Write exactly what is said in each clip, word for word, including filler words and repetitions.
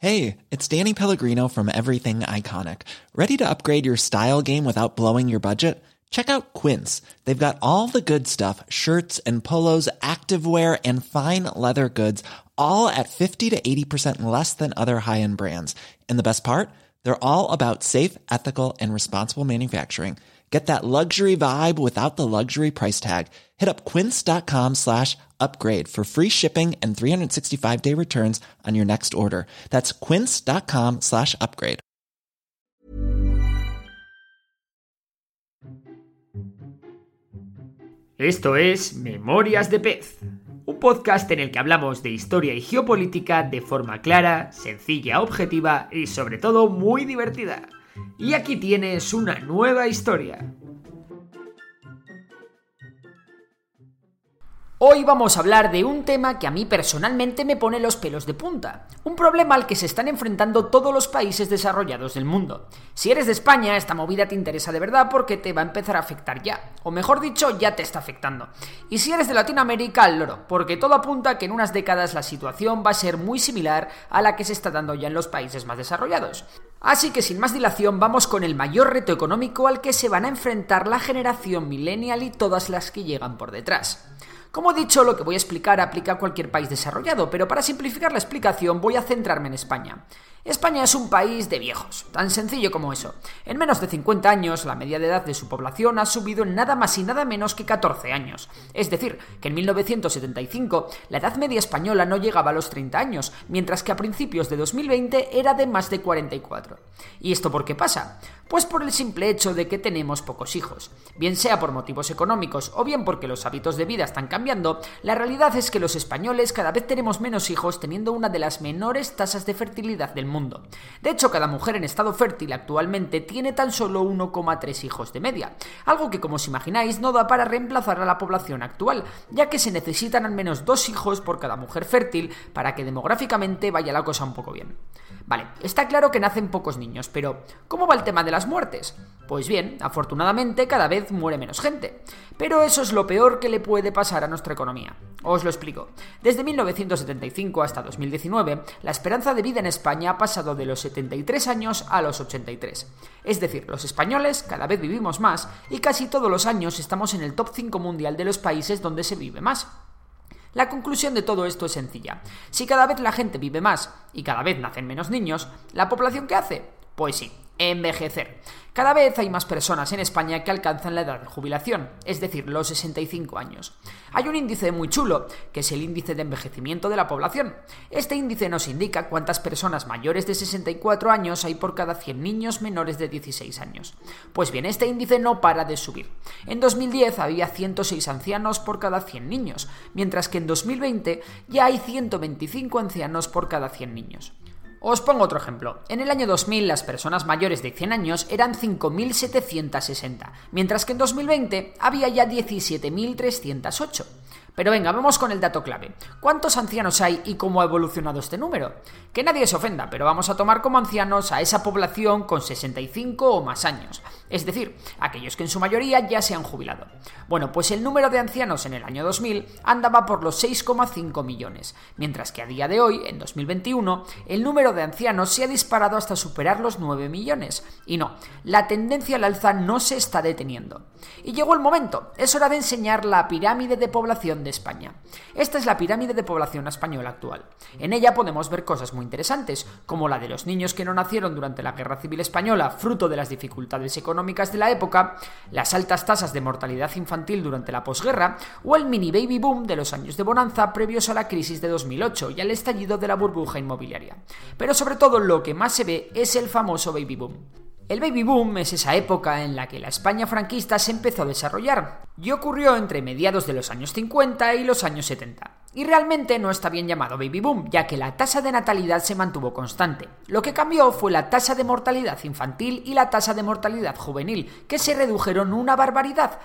Hey, it's Danny Pellegrino from Everything Iconic. Ready to upgrade your style game without blowing your budget? Check out Quince. They've got all the good stuff, shirts and polos, activewear, and fine leather goods, all at fifty to eighty percent less than other high-end brands. And the best part? They're all about safe, ethical, and responsible manufacturing. Get that luxury vibe without the luxury price tag. Hit up quince.com slash upgrade for free shipping and three sixty-five day returns on your next order. That's quince.com slash upgrade. Esto es Memorias de Pez, un podcast en el que hablamos de historia y geopolítica de forma clara, sencilla, objetiva y sobre todo muy divertida. Y aquí tienes una nueva historia. Hoy vamos a hablar de un tema que a mí personalmente me pone los pelos de punta. Un problema al que se están enfrentando todos los países desarrollados del mundo. Si eres de España, esta movida te interesa de verdad porque te va a empezar a afectar ya. O mejor dicho, ya te está afectando. Y si eres de Latinoamérica, al loro, porque todo apunta a que en unas décadas la situación va a ser muy similar a la que se está dando ya en los países más desarrollados. Así que sin más dilación vamos con el mayor reto económico al que se van a enfrentar la generación millennial y todas las que llegan por detrás. Como he dicho, lo que voy a explicar aplica a cualquier país desarrollado, pero para simplificar la explicación voy a centrarme en España. España es un país de viejos, tan sencillo como eso. En menos de cincuenta años, la media de edad de su población ha subido en nada más y nada menos que catorce años. Es decir, que en mil novecientos setenta y cinco la edad media española no llegaba a los treinta años, mientras que a principios de dos mil veinte era de más de cuarenta y cuatro. ¿Y esto por qué pasa? Pues por el simple hecho de que tenemos pocos hijos. Bien sea por motivos económicos o bien porque los hábitos de vida están cambiando, la realidad es que los españoles cada vez tenemos menos hijos, teniendo una de las menores tasas de fertilidad del mundo. De hecho, cada mujer en estado fértil actualmente tiene tan solo uno coma tres hijos de media, algo que, como os imagináis, no da para reemplazar a la población actual, ya que se necesitan al menos dos hijos por cada mujer fértil para que demográficamente vaya la cosa un poco bien. Vale, está claro que nacen pocos niños, pero ¿cómo va el tema de las muertes? Pues bien, afortunadamente cada vez muere menos gente, pero eso es lo peor que le puede pasar a nuestra economía. Os lo explico. Desde mil novecientos setenta y cinco hasta dos mil diecinueve, la esperanza de vida en España ha pasado de los setenta y tres años a los ochenta y tres. Es decir, los españoles cada vez vivimos más y casi todos los años estamos en el top cinco mundial de los países donde se vive más. La conclusión de todo esto es sencilla. Si cada vez la gente vive más y cada vez nacen menos niños, ¿la población qué hace? Pues sí, envejecer. Cada vez hay más personas en España que alcanzan la edad de jubilación, es decir, los sesenta y cinco años. Hay un índice muy chulo, que es el índice de envejecimiento de la población. Este índice nos indica cuántas personas mayores de sesenta y cuatro años hay por cada cien niños menores de dieciséis años. Pues bien, este índice no para de subir. En dos mil diez había ciento seis ancianos por cada cien niños, mientras que en dos mil veinte ya hay ciento veinticinco ancianos por cada cien niños. Os pongo otro ejemplo. En el año dos mil las personas mayores de cien años eran cinco mil setecientos sesenta, mientras que en dos mil veinte había ya diecisiete mil trescientos ocho. Pero venga, vamos con el dato clave. ¿Cuántos ancianos hay y cómo ha evolucionado este número? Que nadie se ofenda, pero vamos a tomar como ancianos a esa población con sesenta y cinco o más años, es decir, aquellos que en su mayoría ya se han jubilado. Bueno, pues el número de ancianos en el año dos mil andaba por los seis coma cinco millones, mientras que a día de hoy, en dos mil veintiuno, el número de ancianos se ha disparado hasta superar los nueve millones. Y no, la tendencia al alza no se está deteniendo. Y llegó el momento, es hora de enseñar la pirámide de población de España. Esta es la pirámide de población española actual. En ella podemos ver cosas muy interesantes, como la de los niños que no nacieron durante la Guerra Civil Española, fruto de las dificultades económicas de la época, las altas tasas de mortalidad infantil durante la posguerra, o el mini baby boom de los años de bonanza previos a la crisis de dos mil ocho y al estallido de la burbuja inmobiliaria. Pero sobre todo lo que más se ve es el famoso baby boom. El baby boom es esa época en la que la España franquista se empezó a desarrollar y ocurrió entre mediados de los años cincuenta y los años setenta. Y realmente no está bien llamado baby boom, ya que la tasa de natalidad se mantuvo constante. Lo que cambió fue la tasa de mortalidad infantil y la tasa de mortalidad juvenil, que se redujeron una barbaridad.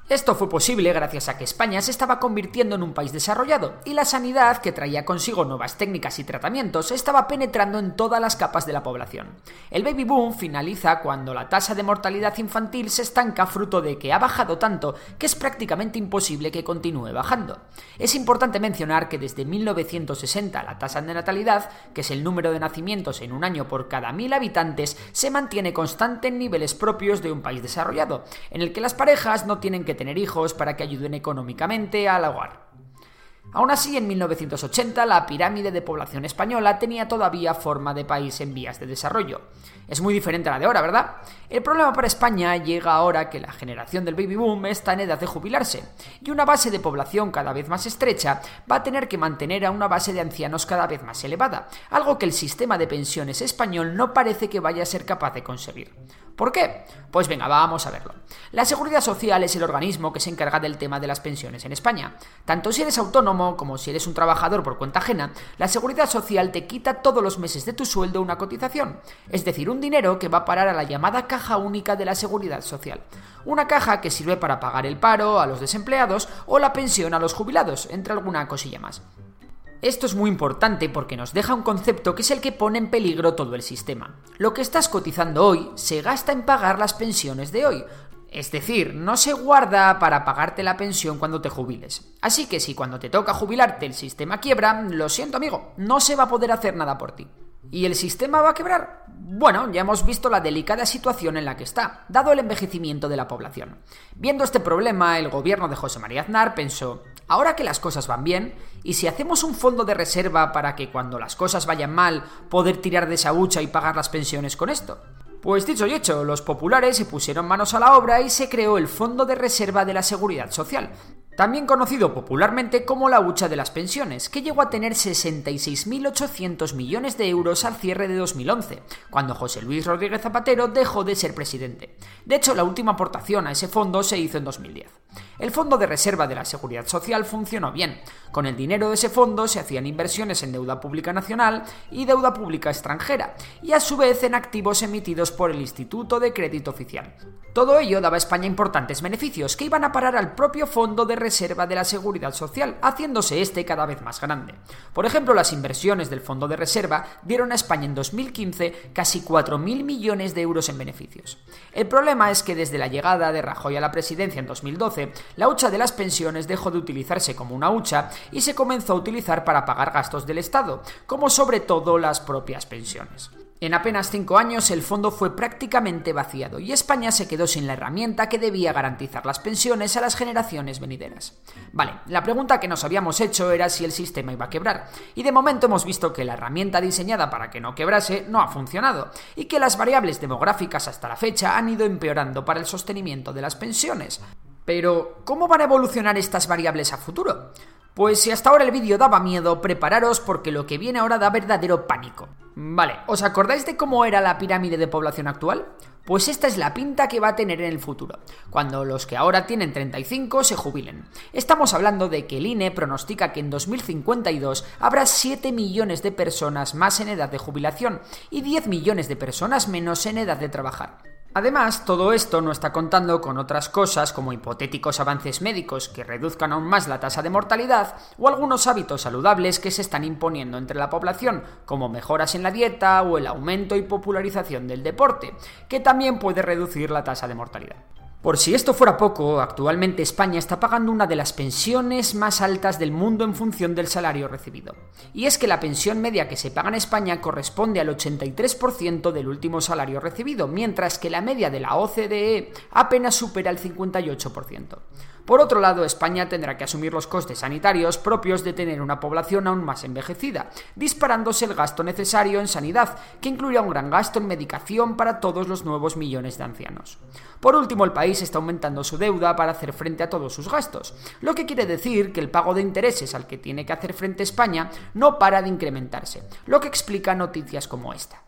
Esto fue posible gracias a que España se estaba convirtiendo en un país desarrollado y la sanidad, que traía consigo nuevas técnicas y tratamientos, estaba penetrando en todas las capas de la población. El baby boom finaliza cuando la tasa de mortalidad infantil se estanca, fruto de que ha bajado tanto que es prácticamente imposible que continúe bajando. Es importante mencionar que desde mil novecientos sesenta la tasa de natalidad, que es el número de nacimientos en un año por cada mil habitantes, se mantiene constante en niveles propios de un país desarrollado, en el que las parejas no tienen que tener hijos para que ayuden económicamente al hogar. Aún así, en mil novecientos ochenta, la pirámide de población española tenía todavía forma de país en vías de desarrollo. Es muy diferente a la de ahora, ¿verdad? El problema para España llega ahora que la generación del baby boom está en edad de jubilarse, y una base de población cada vez más estrecha va a tener que mantener a una base de ancianos cada vez más elevada, algo que el sistema de pensiones español no parece que vaya a ser capaz de conseguir. ¿Por qué? Pues venga, vamos a verlo. La Seguridad Social es el organismo que se encarga del tema de las pensiones en España. Tanto si eres autónomo como si eres un trabajador por cuenta ajena, la Seguridad Social te quita todos los meses de tu sueldo una cotización, es decir, un dinero que va a parar a la llamada Caja Única de la Seguridad Social. Una caja que sirve para pagar el paro a los desempleados o la pensión a los jubilados, entre alguna cosilla más. Esto es muy importante porque nos deja un concepto que es el que pone en peligro todo el sistema. Lo que estás cotizando hoy se gasta en pagar las pensiones de hoy. Es decir, no se guarda para pagarte la pensión cuando te jubiles. Así que si cuando te toca jubilarte el sistema quiebra, lo siento amigo, no se va a poder hacer nada por ti. ¿Y el sistema va a quebrar? Bueno, ya hemos visto la delicada situación en la que está, dado el envejecimiento de la población. Viendo este problema, el gobierno de José María Aznar pensó: ahora que las cosas van bien, ¿y si hacemos un fondo de reserva para que cuando las cosas vayan mal, poder tirar de esa hucha y pagar las pensiones con esto? Pues dicho y hecho, los populares se pusieron manos a la obra y se creó el Fondo de Reserva de la Seguridad Social, también conocido popularmente como la hucha de las pensiones, que llegó a tener sesenta y seis mil ochocientos millones de euros al cierre de dos mil once, cuando José Luis Rodríguez Zapatero dejó de ser presidente. De hecho, la última aportación a ese fondo se hizo en dos mil diez. El Fondo de Reserva de la Seguridad Social funcionó bien. Con el dinero de ese fondo se hacían inversiones en deuda pública nacional y deuda pública extranjera, y a su vez en activos emitidos por el Instituto de Crédito Oficial. Todo ello daba a España importantes beneficios que iban a parar al propio Fondo de Reserva de la Seguridad Social, haciéndose este cada vez más grande. Por ejemplo, las inversiones del Fondo de Reserva dieron a España en dos mil quince casi cuatro mil millones de euros en beneficios. El problema es que desde la llegada de Rajoy a la presidencia en dos mil doce, la hucha de las pensiones dejó de utilizarse como una hucha y se comenzó a utilizar para pagar gastos del Estado, como sobre todo las propias pensiones. En apenas cinco años el fondo fue prácticamente vaciado y España se quedó sin la herramienta que debía garantizar las pensiones a las generaciones venideras. Vale, la pregunta que nos habíamos hecho era si el sistema iba a quebrar, y de momento hemos visto que la herramienta diseñada para que no quebrase no ha funcionado, y que las variables demográficas hasta la fecha han ido empeorando para el sostenimiento de las pensiones. Pero, ¿cómo van a evolucionar estas variables a futuro? Pues si hasta ahora el vídeo daba miedo, prepararos porque lo que viene ahora da verdadero pánico. Vale, ¿os acordáis de cómo era la pirámide de población actual? Pues esta es la pinta que va a tener en el futuro, cuando los que ahora tienen treinta y cinco se jubilen. Estamos hablando de que el I N E pronostica que en dos mil cincuenta y dos habrá siete millones de personas más en edad de jubilación y diez millones de personas menos en edad de trabajar. Además, todo esto no está contando con otras cosas como hipotéticos avances médicos que reduzcan aún más la tasa de mortalidad o algunos hábitos saludables que se están imponiendo entre la población, como mejoras en la dieta o el aumento y popularización del deporte, que también puede reducir la tasa de mortalidad. Por si esto fuera poco, actualmente España está pagando una de las pensiones más altas del mundo en función del salario recibido. Y es que la pensión media que se paga en España corresponde al ochenta y tres por ciento del último salario recibido, mientras que la media de la O C D E apenas supera el cincuenta y ocho por ciento. Por otro lado, España tendrá que asumir los costes sanitarios propios de tener una población aún más envejecida, disparándose el gasto necesario en sanidad, que incluirá un gran gasto en medicación para todos los nuevos millones de ancianos. Por último, el país está aumentando su deuda para hacer frente a todos sus gastos, lo que quiere decir que el pago de intereses al que tiene que hacer frente España no para de incrementarse, lo que explica noticias como esta.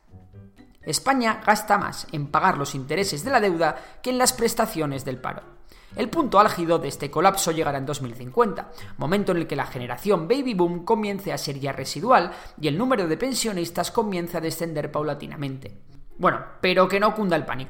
España gasta más en pagar los intereses de la deuda que en las prestaciones del paro. El punto álgido de este colapso llegará en dos mil cincuenta, momento en el que la generación baby boom comience a ser ya residual y el número de pensionistas comience a descender paulatinamente. Bueno, pero que no cunda el pánico.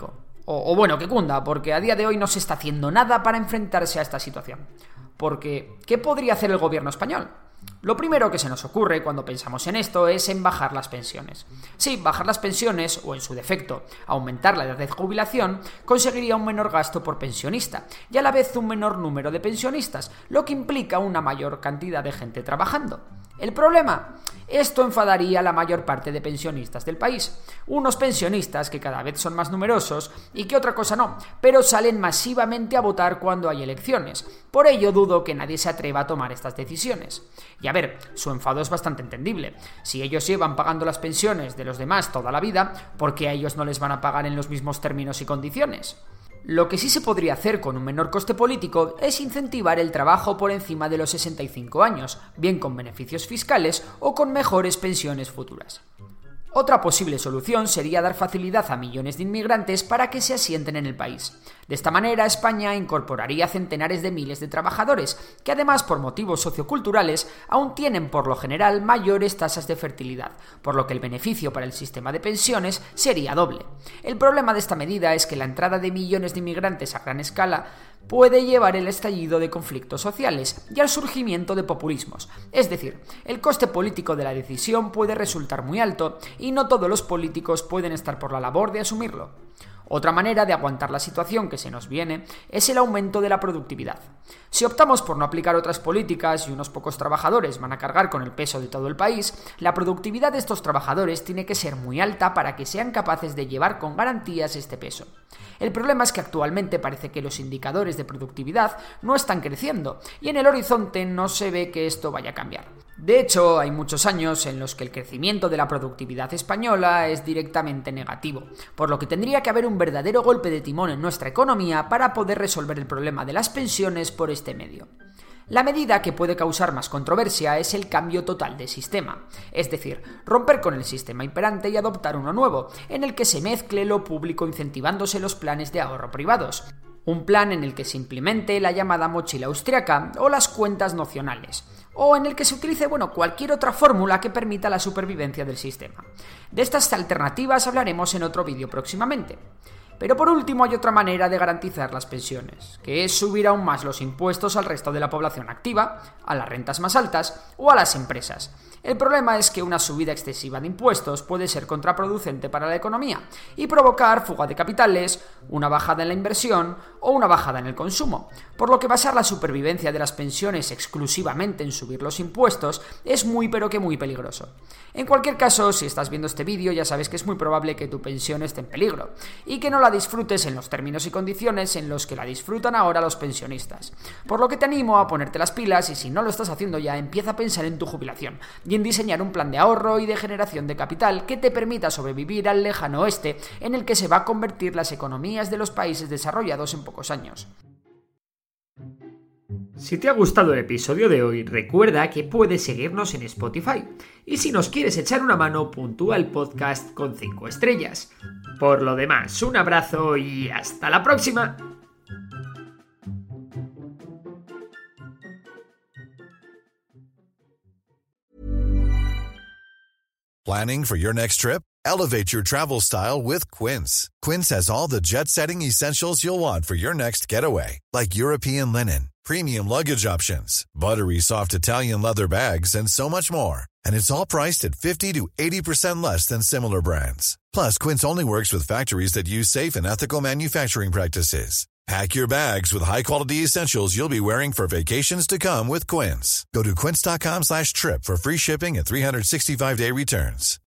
O, o bueno, que cunda, porque a día de hoy no se está haciendo nada para enfrentarse a esta situación. Porque, ¿qué podría hacer el gobierno español? Lo primero que se nos ocurre cuando pensamos en esto es en bajar las pensiones. Sí, bajar las pensiones, o en su defecto, aumentar la edad de jubilación, conseguiría un menor gasto por pensionista y a la vez un menor número de pensionistas, lo que implica una mayor cantidad de gente trabajando. ¿El problema? Esto enfadaría a la mayor parte de pensionistas del país. Unos pensionistas que cada vez son más numerosos y que otra cosa no, pero salen masivamente a votar cuando hay elecciones. Por ello dudo que nadie se atreva a tomar estas decisiones. Y a ver, su enfado es bastante entendible. Si ellos llevan pagando las pensiones de los demás toda la vida, ¿por qué a ellos no les van a pagar en los mismos términos y condiciones? Lo que sí se podría hacer con un menor coste político es incentivar el trabajo por encima de los sesenta y cinco años, bien con beneficios fiscales o con mejores pensiones futuras. Otra posible solución sería dar facilidad a millones de inmigrantes para que se asienten en el país. De esta manera, España incorporaría centenares de miles de trabajadores, que además por motivos socioculturales aún tienen por lo general mayores tasas de fertilidad, por lo que el beneficio para el sistema de pensiones sería doble. El problema de esta medida es que la entrada de millones de inmigrantes a gran escala puede llevar el estallido de conflictos sociales y al surgimiento de populismos. Es decir, el coste político de la decisión puede resultar muy alto y no todos los políticos pueden estar por la labor de asumirlo. Otra manera de aguantar la situación que se nos viene es el aumento de la productividad. Si optamos por no aplicar otras políticas y unos pocos trabajadores van a cargar con el peso de todo el país, la productividad de estos trabajadores tiene que ser muy alta para que sean capaces de llevar con garantías este peso. El problema es que actualmente parece que los indicadores de productividad no están creciendo y en el horizonte no se ve que esto vaya a cambiar. De hecho, hay muchos años en los que el crecimiento de la productividad española es directamente negativo, por lo que tendría que haber un verdadero golpe de timón en nuestra economía para poder resolver el problema de las pensiones por este medio. La medida que puede causar más controversia es el cambio total de sistema, es decir, romper con el sistema imperante y adoptar uno nuevo, en el que se mezcle lo público incentivándose los planes de ahorro privados. Un plan en el que se implemente la llamada mochila austriaca o las cuentas nocionales, o en el que se utilice, bueno, cualquier otra fórmula que permita la supervivencia del sistema. De estas alternativas hablaremos en otro vídeo próximamente. Pero por último hay otra manera de garantizar las pensiones, que es subir aún más los impuestos al resto de la población activa, a las rentas más altas o a las empresas. El problema es que una subida excesiva de impuestos puede ser contraproducente para la economía y provocar fuga de capitales, una bajada en la inversión o una bajada en el consumo, por lo que basar la supervivencia de las pensiones exclusivamente en subir los impuestos es muy pero que muy peligroso. En cualquier caso, si estás viendo este vídeo ya sabes que es muy probable que tu pensión esté en peligro y que no la disfrutes en los términos y condiciones en los que la disfrutan ahora los pensionistas. Por lo que te animo a ponerte las pilas y si no lo estás haciendo ya, empieza a pensar en tu jubilación y en diseñar un plan de ahorro y de generación de capital que te permita sobrevivir al lejano oeste en el que se va a convertir las economías de los países desarrollados en pocos años. Si te ha gustado el episodio de hoy, recuerda que puedes seguirnos en Spotify. Y si nos quieres echar una mano, puntúa el podcast con cinco estrellas. Por lo demás, un abrazo y hasta la próxima. Planning for your next trip? Elevate your travel style with Quince. Quince has all the jet-setting essentials you'll want for your next getaway, like European linen, premium luggage options, buttery soft Italian leather bags, and so much more. And it's all priced at fifty to eighty percent less than similar brands. Plus, Quince only works with factories that use safe and ethical manufacturing practices. Pack your bags with high-quality essentials you'll be wearing for vacations to come with Quince. Go to quince dot com slash trip for free shipping and three sixty-five day returns.